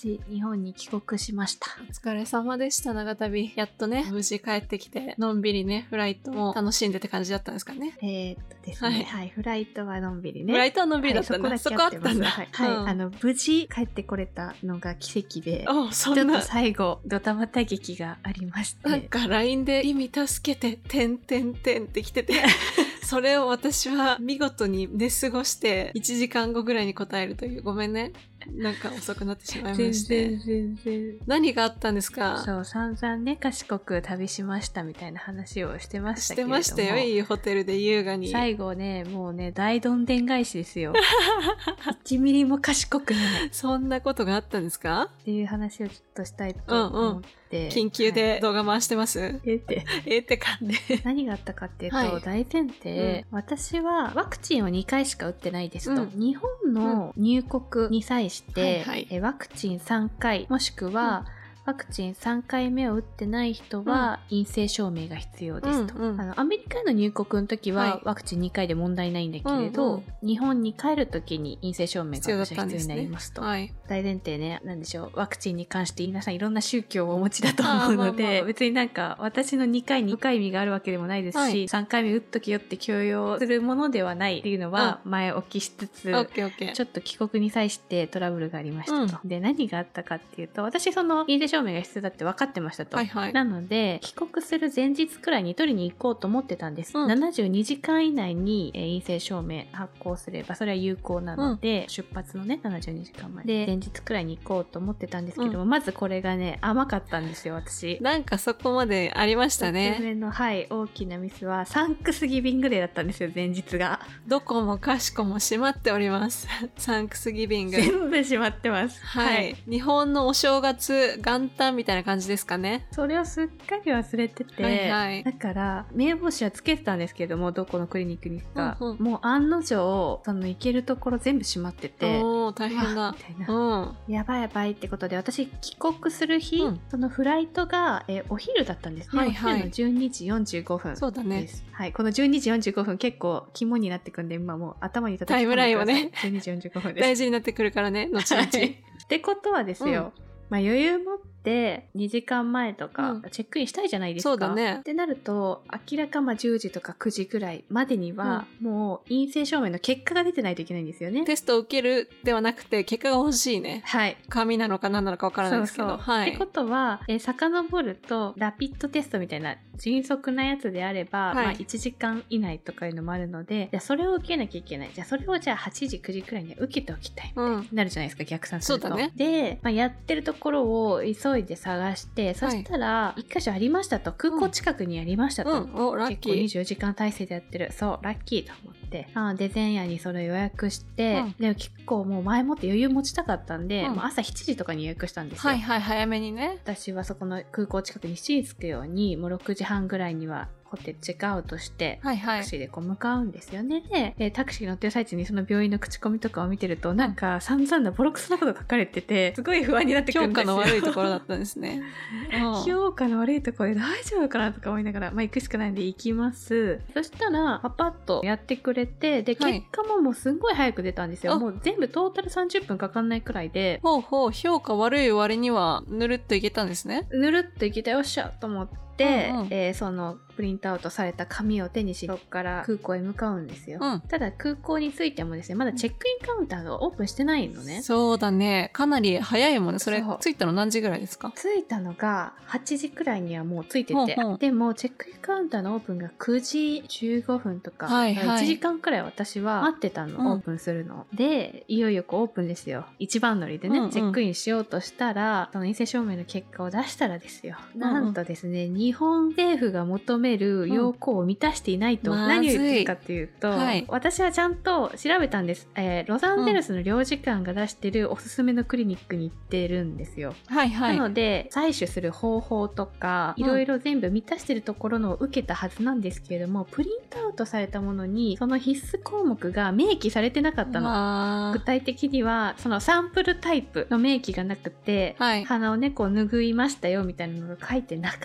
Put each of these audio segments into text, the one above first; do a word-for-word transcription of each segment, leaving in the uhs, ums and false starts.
事日本に帰国しました。 お疲れ様でした。長旅やっとね無事帰ってきて、のんびりねフライトも楽しんでって感じだったんですかね。 えー、っとですね、はい、はい、フライトはのんびりね。 フライトはのんびりだったんだ、はい、そこだけあったんだ。 はい、はい、うん、あの無事帰ってこれたのが奇跡で、 そんなちょっと最後ドタバタ劇がありまして、 なんか ライン で意味助けててんてんてんって来ててそれを私は見事に寝過ごしていちじかんごぐらいに答えるという、ごめんね、なんか遅くなってしまいまして。 全然全然。 何があったんですか？ そう、散々ね賢く旅しましたみたいな話をしてましたけれども、 してましたよ、いいホテルで優雅に。 最後ね、もうね大どんでん返しですよいちミリも賢くない。 そんなことがあったんですかっていう話をちょっとしたいと思って、うんうん、 緊急で動画回してます、はい、 えってえってかんで何があったかっていうと、はい、大前提、うん、私はワクチンをにかいしか打ってないですと、うん、日本の入国に際して、うんはいはい、えワクチンさんかいもしくは、うんワクチンさんかいめを打ってない人は陰性証明が必要ですと、うんうん、あのアメリカへの入国の時はワクチンにかいで問題ないんだけれど、はいうんうん、日本に帰る時に陰性証明が私は必要になりますと、ねはい、大前提ね、なんでしょう、ワクチンに関して皆さんいろんな宗教をお持ちだと思うので、まあまあ、別になんか私のにかいに深い意味があるわけでもないですし、はい、さんかいめ打っときよって強要するものではないっていうのは前置きしつつ、うん、ちょっと帰国に際してトラブルがありましたと、うん、で何があったかっていうと、私その陰性証明が必要だって分かってましたと、はいはい、なので帰国する前日くらいに取りに行こうと思ってたんです、うん、ななじゅうにじかん以内に、えー、陰性証明発行すればそれは有効なので、うん、出発のねななじゅうにじかんまえで前日くらいに行こうと思ってたんですけども、うん、まずこれがね甘かったんですよ。私なんかそこまでありましたね。 突然のはい大きなミスはサンクスギビングデーだったんですよ。前日がどこもかしこも閉まっておりますサンクスギビング全部閉まってます、 はい、はい、日本のお正月元旦みたいな感じですかね。 それをすっかり忘れてて、はいはい、だから名簿紙はつけてたんですけども、どこのクリニックに行くか、うんうん、もう案の定その行けるところ全部閉まってて、 お大変だみたいな、うん、やばいやばいってことで、私帰国する日、うん、そのフライトが、えー、お昼だったんですね、はいはい、お昼のじゅうにじよんじゅうごふんです。 そうだね、 はい、このじゅうにじよんじゅうごふん結構肝になってくんで、今もう頭に叩き込んでください。 タイムラインはねじゅうにじよんじゅうごふんです。 大事になってくるからね後々、はい、 ってことはですよ、うんまあ、余裕持ってにじかんまえとかチェックインしたいじゃないですか、 うん、そうだね。 ってなると明らかまあじゅうじとかくじぐらいまでにはもう陰性証明の結果が出てないといけないんですよね。 テストを受けるではなくて結果が欲しいね。 はい。 紙なのか何なのか分からないですけど。 そうそう、 はい、 ってことはえ遡るとラピッドテストみたいな迅速なやつであれば、はいまあ、いちじかん以内とかいうのもあるので、じゃあそれを受けなきゃいけない。じゃあそれをじゃあはちじくじくらいには受けておきたいみたいになるじゃないですか、うん、逆算すると。 そうだね。 で、まあ、やってるところを急いで探して、そしたらいっかしょありましたと、空港近くにありましたと、 うんうん、おラッキー。 結構にじゅうよじかん体制でやってる、そうラッキーと思って、あで前夜にそれ予約して、うん、でも結構もう前もって余裕持ちたかったんで、うんまあ、朝しちじとかに予約したんですよ。 はいはい早めにね。 私はそこの空港近くにしちじに着くようにもうろくじはんぐらいにはホテルチェックアウトして、はいはい、タクシーでこう向かうんですよね。で、えー、タクシー乗ってる最中にその病院の口コミとかを見てると、なんか散々なボロクソなこと書かれてて、すごい不安になってくるんですよ。 評価の悪いところだったんですね評価の悪いところで大丈夫かなとか思いながら、まあ、行くしかないんで行きます。そしたらパパッとやってくれて、で結果ももうすんごい早く出たんですよ、はい、もう全部トータルさんじゅっぷんかかんないくらいで、 ほうほう、評価悪い割にはぬるっといけたんですね。 ぬるっといけたよっしゃと思って、うんうんえー、そのプリントアウトされた紙を手にし、そこから空港へ向かうんですよ、うん、ただ空港に着いてもですね、まだチェックインカウンターがオープンしてないのね。 そうだね、かなり早いもんね。それ着いたの何時ぐらいですか？ 着いたのがはちじくらいにはもう着いてて、ほうほう、でもチェックインカウンターのオープンがくじじゅうごふんとか、はいはい、いちじかんくらい私は待ってたの、うん、オープンするので、いよいよこうオープンですよ。一番乗りでね、うんうん、チェックインしようとしたら、その陰性証明の結果を出したらですよ、うんうん、なんとですね、日本政府が求める要項を満たしていないと、うん、何を言ってるかっていうと、はい、私はちゃんと調べたんです、えー、ロサンゼルスの領事館が出してるおすすめのクリニックに行ってるんですよ、はいはい、なので採取する方法とかいろいろ全部満たしてるところのを受けたはずなんですけれども、プリントアウトされたものにその必須項目が明記されてなかったの。具体的にはそのサンプルタイプの明記がなくて、はい、鼻をねこう拭いましたよみたいなのが書いてなかったと。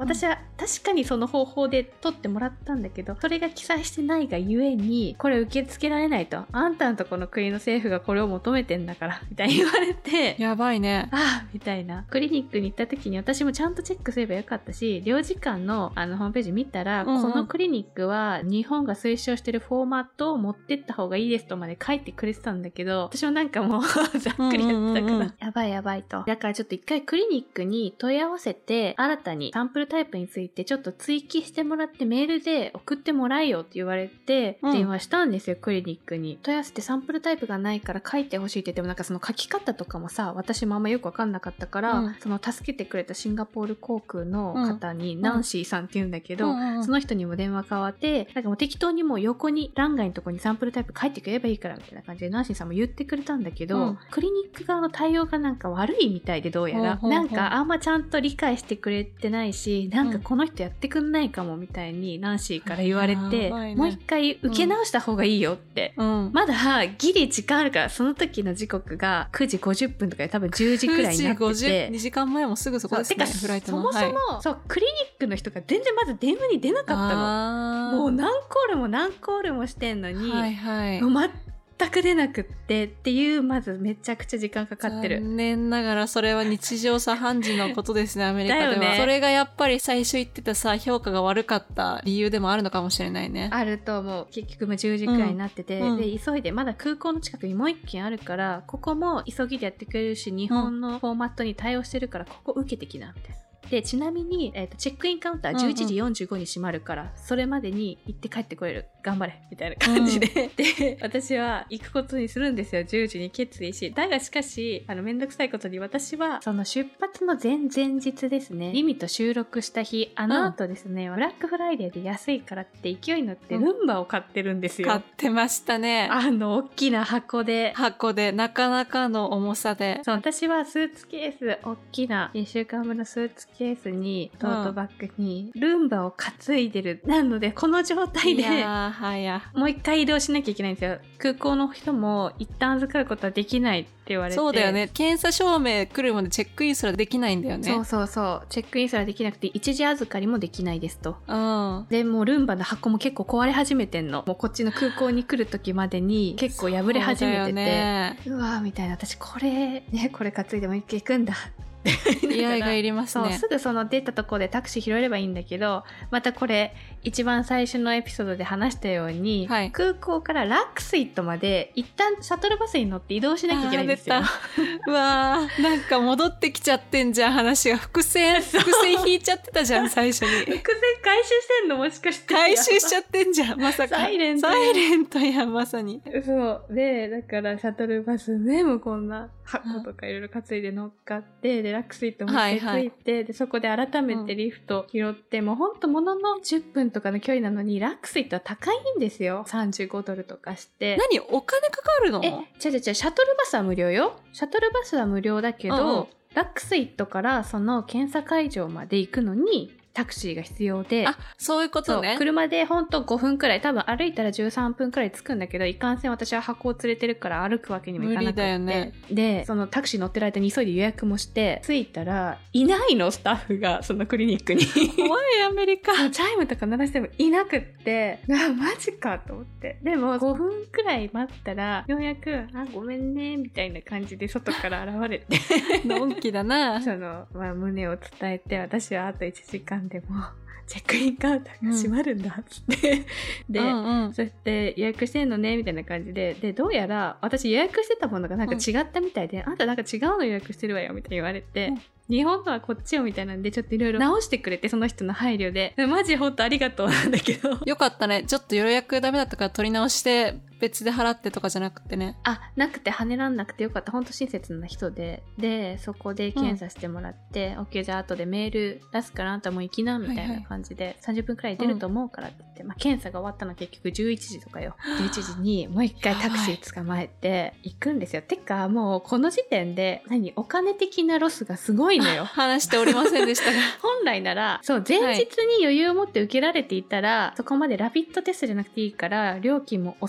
私は確かにその方法で取ってもらったんだけど、それが記載してないがゆえにこれ受け付けられないと、あんたのとこの国の政府がこれを求めてんだからみたいに言われて、 やばいね、 ああみたいな。クリニックに行った時に私もちゃんとチェックすればよかったし、領事館のあのホームページ見たら、うんうん、このクリニックは日本が推奨してるフォーマットを持ってった方がいいですとまで書いてくれてたんだけど、私もなんかもうざっくりやってたから、うんうんうん、やばいやばいと。だからちょっと一回クリニックに問い合わせて、新たにサンプルタイプについてちょっと追記してもらってメールで送ってもらえよって言われて、うん、電話したんですよ、クリニックに。問い合わせてサンプルタイプがないから書いてほしいって言っても、なんかその書き方とかもさ、私もあんまよくわかんなかったから、うん、その助けてくれたシンガポール航空の方に、うん、ナンシーさんって言うんだけど、うん、その人にも電話変わって、なんかもう適当にもう横に欄外のとこにサンプルタイプ書いてくればいいからみたいな感じでナンシーさんも言ってくれたんだけど、うん、クリニック側の対応がなんか悪いみたいで、どうやら、うん、なんかあんまちゃんと理解してくれてないし、なんかこの人やってくんないかもみたいにナンシーから言われて、うんね、もう一回受け直した方がいいよって、うん、まだギリ時間あるから、その時の時刻がくじごじゅっぷんとかで多分じゅうじくらいになってて、くじごじゅう、にじかんまえもすぐそこですね、フライトの。そもそも、はい、そうクリニックの人が全然まず電話に出なかったの。もう何コールも何コールもしてんのに、はいはい、もう全く出なくってっていう、まずめちゃくちゃ時間かかってる。 残念ながらそれは日常茶飯事のことですね、アメリカでは。ね、それがやっぱり最初言ってたさ、評価が悪かった理由でもあるのかもしれないね。 あると思う。結局もうじゅうじくらいになってて、うん、で急いで、まだ空港の近くにもう一軒あるから、ここも急ぎでやってくれるし、日本のフォーマットに対応してるから、ここ受けてきなみたいな。でちなみに、えーと、チェックインカウンターじゅういちじよんじゅうごに閉まるから、うんうん、それまでに行って帰ってこれる、頑張れみたいな感じで、うん、で私は行くことにするんですよ。じゅうじに決意し、だがしかしあのめんどくさいことに、私はその出発の前々日ですね、リミと収録した日、あの後ですね、うん、ブラックフライデーで安いからって勢いに乗ってルンバを買ってるんですよ、 うん、買ってましたね。 あの大きな箱で箱でなかなかの重さで。 そう、私はスーツケース、大きないっしゅうかんぶんのスーツケースにトートバッグにルンバを担いでる、うん、なのでこの状態でもう一回移動しなきゃいけないんですよ。空港の人も一旦預かることはできないって言われて。 そうだよね、検査証明来るまでチェックインすらできないんだよね。 そうそうそう、チェックインすらできなくて一時預かりもできないですと、うん、でもうルンバの箱も結構壊れ始めてんの。もうこっちの空港に来る時までに結構破れ始めてて、 う,、ね、うわーみたいな、私これねこれ担いでもう一回行くんだ気合がいりますね。 そう、すぐその出たところでタクシー拾えればいいんだけど、またこれ一番最初のエピソードで話したように、はい、空港からラックスイットまで一旦シャトルバスに乗って移動しなきゃいけないんですよ。 うわー、なんか戻ってきちゃってんじゃん、話が。伏線伏線引いちゃってたじゃん最初に。伏線回収してんの、もしかして。 回収しちゃってんじゃん、まさか。 サイレントサイレントやん、まさに。 そうで、だからシャトルバスね、もうこんな箱とかいろいろ担いで乗っかって、でラックスイットもついて、はいはい、でそこで改めてリフト拾って、うん、もうほんともののじゅっぷんとかの距離なのにラックスイットは高いんですよ。さんじゅうごドルとかして。 何、お金かかるの？ え、違う違う違う、シャトルバスは無料よ。シャトルバスは無料だけど、うんうん、ラックスイットからその検査会場まで行くのにタクシーが必要で。 あ、そういうことね。 車でほんとごふんくらい、多分歩いたらじゅうさんぷんくらい着くんだけど、いかんせん私は箱を連れてるから歩くわけにもいかなくて、無理だよね。でそのタクシー乗ってる間に急いで予約もして、着いたらいないの、スタッフがそのクリニックに。 怖い、アメリカ。 チャイムとか鳴らしてもいなくって、あ、マジかと思って。でもごふんくらい待ったらようやく、あ、ごめんねみたいな感じで外から現れて、 のんきだな。 その、まあ、胸を伝えて、私はあといちじかんでもチェックインカウンターが閉まるんだっつって、うん、で、うんうん、そうやって予約してんのねみたいな感じで、でどうやら私予約してたものがなんか違ったみたいで、うん、あんたなんか違うの予約してるわよみたいに言われて、うん、日本のはこっちよみたいなんでちょっといろいろ直してくれて、その人の配慮でマジほんとありがとうなんだけど。 よかったね。ちょっと予約ダメだったから取り直して別で払ってとかじゃなくてね。 あ、なくて跳ねらんなくてよかった。ほんと親切な人で、でそこで検査してもらって、うん、OK じゃあ後でメール出すからあんたもう行きなみたいな感じで、はいはい、さんじゅっぷんくらい出ると思うからって言って、うん、まあ、検査が終わったの結局じゅういちじとかよ。じゅういちじにもう一回タクシー捕まえて行くんですよ。てかもうこの時点で何お金的なロスがすごいのよ。 話しておりませんでしたが。 本来ならそう前日に余裕を持って受けられていたら、はい、そこまでラピッドテストじゃなくていいから料金も抑えられ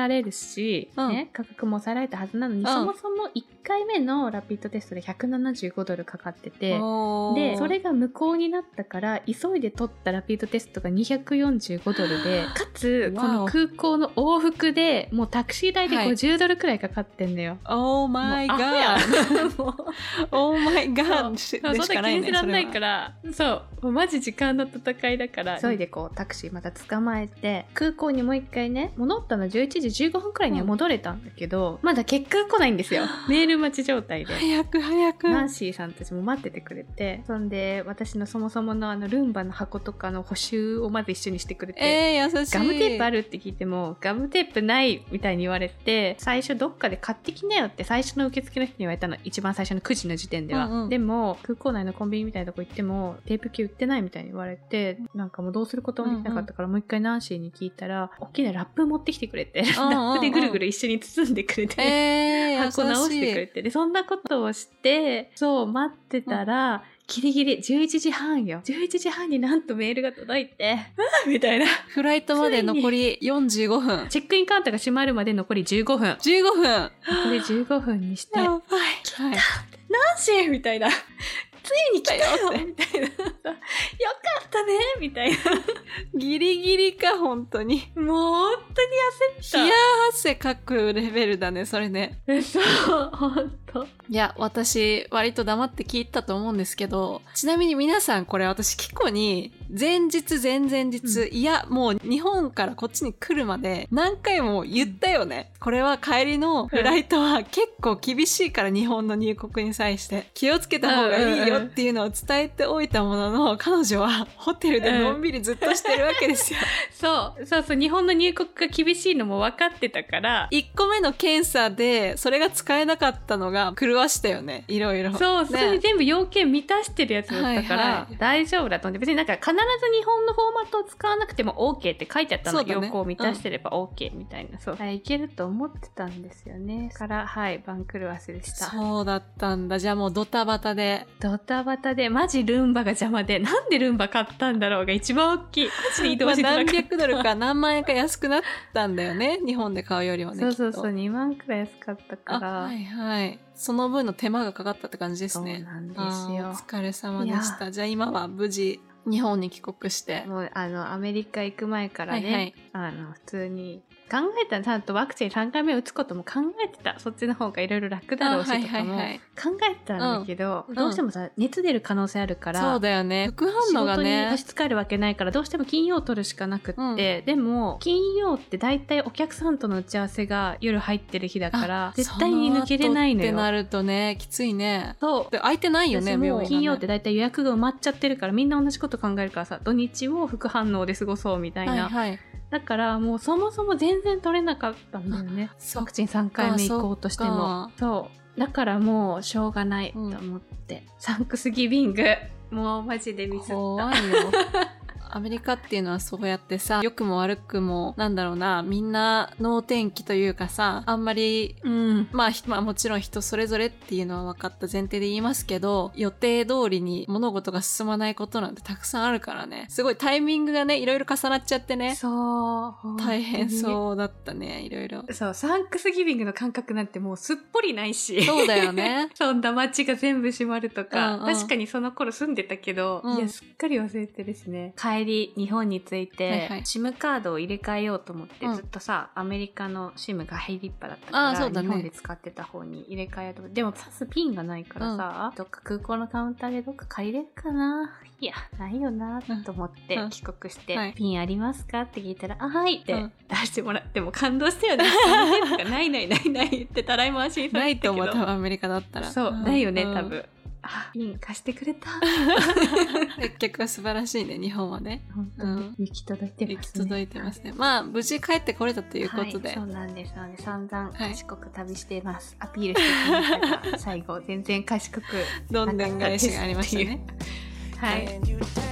れるし、うんね、価格も抑えられたはずなのに、うん、そもそもいっかいめのラピッドテストでひゃくななじゅうごドルかかってて、でそれが無効になったから急いで取ったラピッドテストがにひゃくよんじゅうごドルで、かつこの空港の往復でもうタクシー代でごじゅうドルくらいかかってんだよ。 オーマイガーオーマイガーでしかないね。 そんな気にしらんないから、そうもうマジ時間の戦いだから、急いでこうタクシーまた捕まえて空港にもう一回ね、戻ったのじゅういちじじゅうごふんくらいには戻れたんだけど、うん、まだ結果来ないんですよ。メール待ち状態で早く早くナンシーさんたちも待っててくれて、そんで私のそもそものあのルンバの箱とかの補修をまず一緒にしてくれて、 えー、優しい。 ガムテープあるって聞いてもガムテープないみたいに言われて、最初どっかで買ってきなよって最初の受付の人に言われたの、一番最初のくじの時点では、うんうん、でも空港内のコンビニみたいなとこ行ってもテープ機売ってないみたいに言われて、なんかもうどうすることもできなかったから、うんうん、もう一回ナンシーに聞いたら大きなラップ持ってきてくれて、うんうんうん、ラップでぐるぐる一緒に包んでくれて、えー、箱直してくれて、でそんなことをしてそう待ってたら、うんギリギリじゅういちじはんよ。じゅういちじはんになんとメールが届いて、みたいな。 フライトまで残りよんじゅうごふん。 チェックインカウンターが閉まるまで残りじゅうごふん。 じゅうごふん。 残りじゅうごふんにして。 やばい。 来た、はい、ナンシーみたいな。ついに来たよみたいな。よかったねみたいな。 ギリギリか、本当に。 もう本当に焦った。 冷や汗かくレベルだね、それね。 そう、本当。 いや、私、割と黙って聞いたと思うんですけど、ちなみに皆さんこれ私、キコに、前日、前々日、うん、いや、もう日本からこっちに来るまで何回も言ったよね。これは帰りのフライトは結構厳しいから、日本の入国に際して。気をつけた方がいいよっていうのを伝えておいたものの、彼女はホテルでのんびりずっとしてるわけですよ。 そう、そうそう、日本の入国が厳しいのも分かってたから、 いっこめの検査でそれが使えなかったのが狂わしたよね、いろいろ。 そう、それ全部要件満たしてるやつだったから、はいはい、大丈夫だと思って、別になんか必ず日本のフォーマットを使わなくても OK って書いてあったの、ね、要項を満たしてれば OK みたいな、うん、そう、はい、いけると思ってたんですよね。から、はい、番狂わせでした。 そうだったんだ。じゃあもうドタバタで。 ドタバタで、マジルンバが邪魔で、なんでルンバ買ったんだろうが一番大きい。マジで移動しなかった。 まあ、何百ドルか何万円か安くなったんだよね。日本で買うよりはね。 そうそうそう、にまんくらい安かったから。 はいはい。その分の手間がかかったって感じですね。 そうなんですよ。 お疲れ様でした。じゃあ今は無事日本に帰国して。 もうあのアメリカ行く前からね、はいはい、あの普通に考えたら、ちゃんとワクチンさんかいめ打つことも考えてた。そっちの方がいろいろ楽だろうしとかも考えてたんだけど、うん、どうしてもさ、熱出る可能性あるから、 そうだよね、副反応がね、 仕事に差し支えるわけないから、どうしても金曜取るしかなくって、うん、でも金曜って大体お客さんとの打ち合わせが夜入ってる日だから絶対に抜けれないのよ。 ってなるとね、きついね。 そうで、空いてないよね、病院がね。 金曜って大体予約が埋まっちゃってるから、みんな同じこと考えるからさ、土日を副反応で過ごそうみたいな、はいはい、だからもうそもそも全然取れなかったんだよね。ワクチンさんかいめ行こうとしても。そうだからもうしょうがないと思って、うん、サンクスギビングもうマジでミスった。 怖いよ。アメリカっていうのはそうやってさ、良くも悪くも、なんだろうな、みんな能天気というかさ、あんまり、うん、まあ、まあもちろん人それぞれっていうのは分かった前提で言いますけど、予定通りに物事が進まないことなんてたくさんあるからね。すごいタイミングがね、いろいろ重なっちゃってね。 そう。 大変そうだったね、いろいろ。 そう、サンクスギビングの感覚なんてもうすっぽりないし。 そうだよね。 そんな街が全部閉まるとか、うんうん、確かにその頃住んでたけど、うん、いや、すっかり忘れてるしね。帰り、日本に着いて、はいはい、SIM カードを入れ替えようと思って、うん、ずっとさ、アメリカの SIM がハイリッパだったから、そうだね、日本で使ってた方に入れ替えようと思って、でも刺すピンがないからさ、うん、どっか空港のカウンターでどっか借りれるかな、いや、ないよなと思って帰国して、うんはい、ピンありますかって聞いたら、あ、はいって出してもらっても感動したよね。ないないないないってたらい回しにされてたけど。 ないと思ったアメリカだったら。 そう、うん、ないよね、多分。あ、ピン貸してくれた。 結局は素晴らしいね、日本はね。 本当に、うん、行き届いてますね。 行き届いてますね。まあ、無事帰ってこれたということで。はい、 そうなんです。なので、散々賢く旅しています。はい、アピールしてきましたが、最後、全然賢くどんでん返しがありましたね。 はい。